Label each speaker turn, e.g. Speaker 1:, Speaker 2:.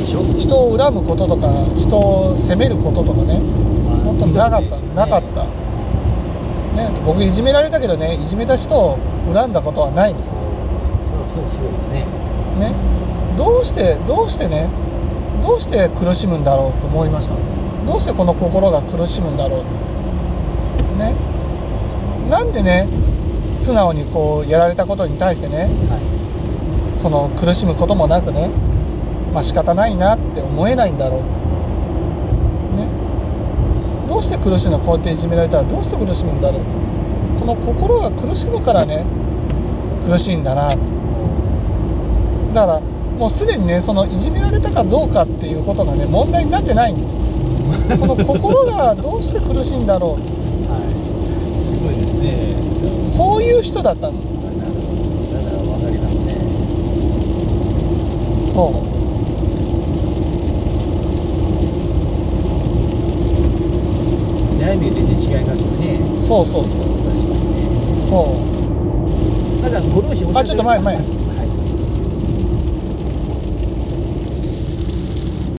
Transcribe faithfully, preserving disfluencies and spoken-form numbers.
Speaker 1: しょ。
Speaker 2: 人を恨むこととか人を責めることとかね、本当になかった、ね、なかった、ね、僕いじめられたけどね、いじめた人を恨んだことはないです。
Speaker 1: そうそう、すごいですね。
Speaker 2: ね、どうしてどうしてねどうして苦しむんだろうと思いました。どうしてこの心が苦しむんだろうとね。なんでね素直にこうやられたことに対してね、はい、その苦しむこともなくね、まあ仕方ないなって思えないんだろうとね。どうして苦しむの、こうやっていじめられたらどうして苦しむんだろうと、この心が苦しむからね苦しいんだなと。だからもうすでにね、そのいじめられたかどうかっていうことがね問題になってないんですよ。この心がどうして苦しいんだろう、はい、
Speaker 1: すごいですね。
Speaker 2: そういう人だったの。
Speaker 1: だから分かりますね。
Speaker 2: そう
Speaker 1: 悩みで全然違いますよね。
Speaker 2: そうそうそう、
Speaker 1: 確かにね。
Speaker 2: そう。
Speaker 1: ただご両親おっしゃってる。
Speaker 2: あ、ちょっと前前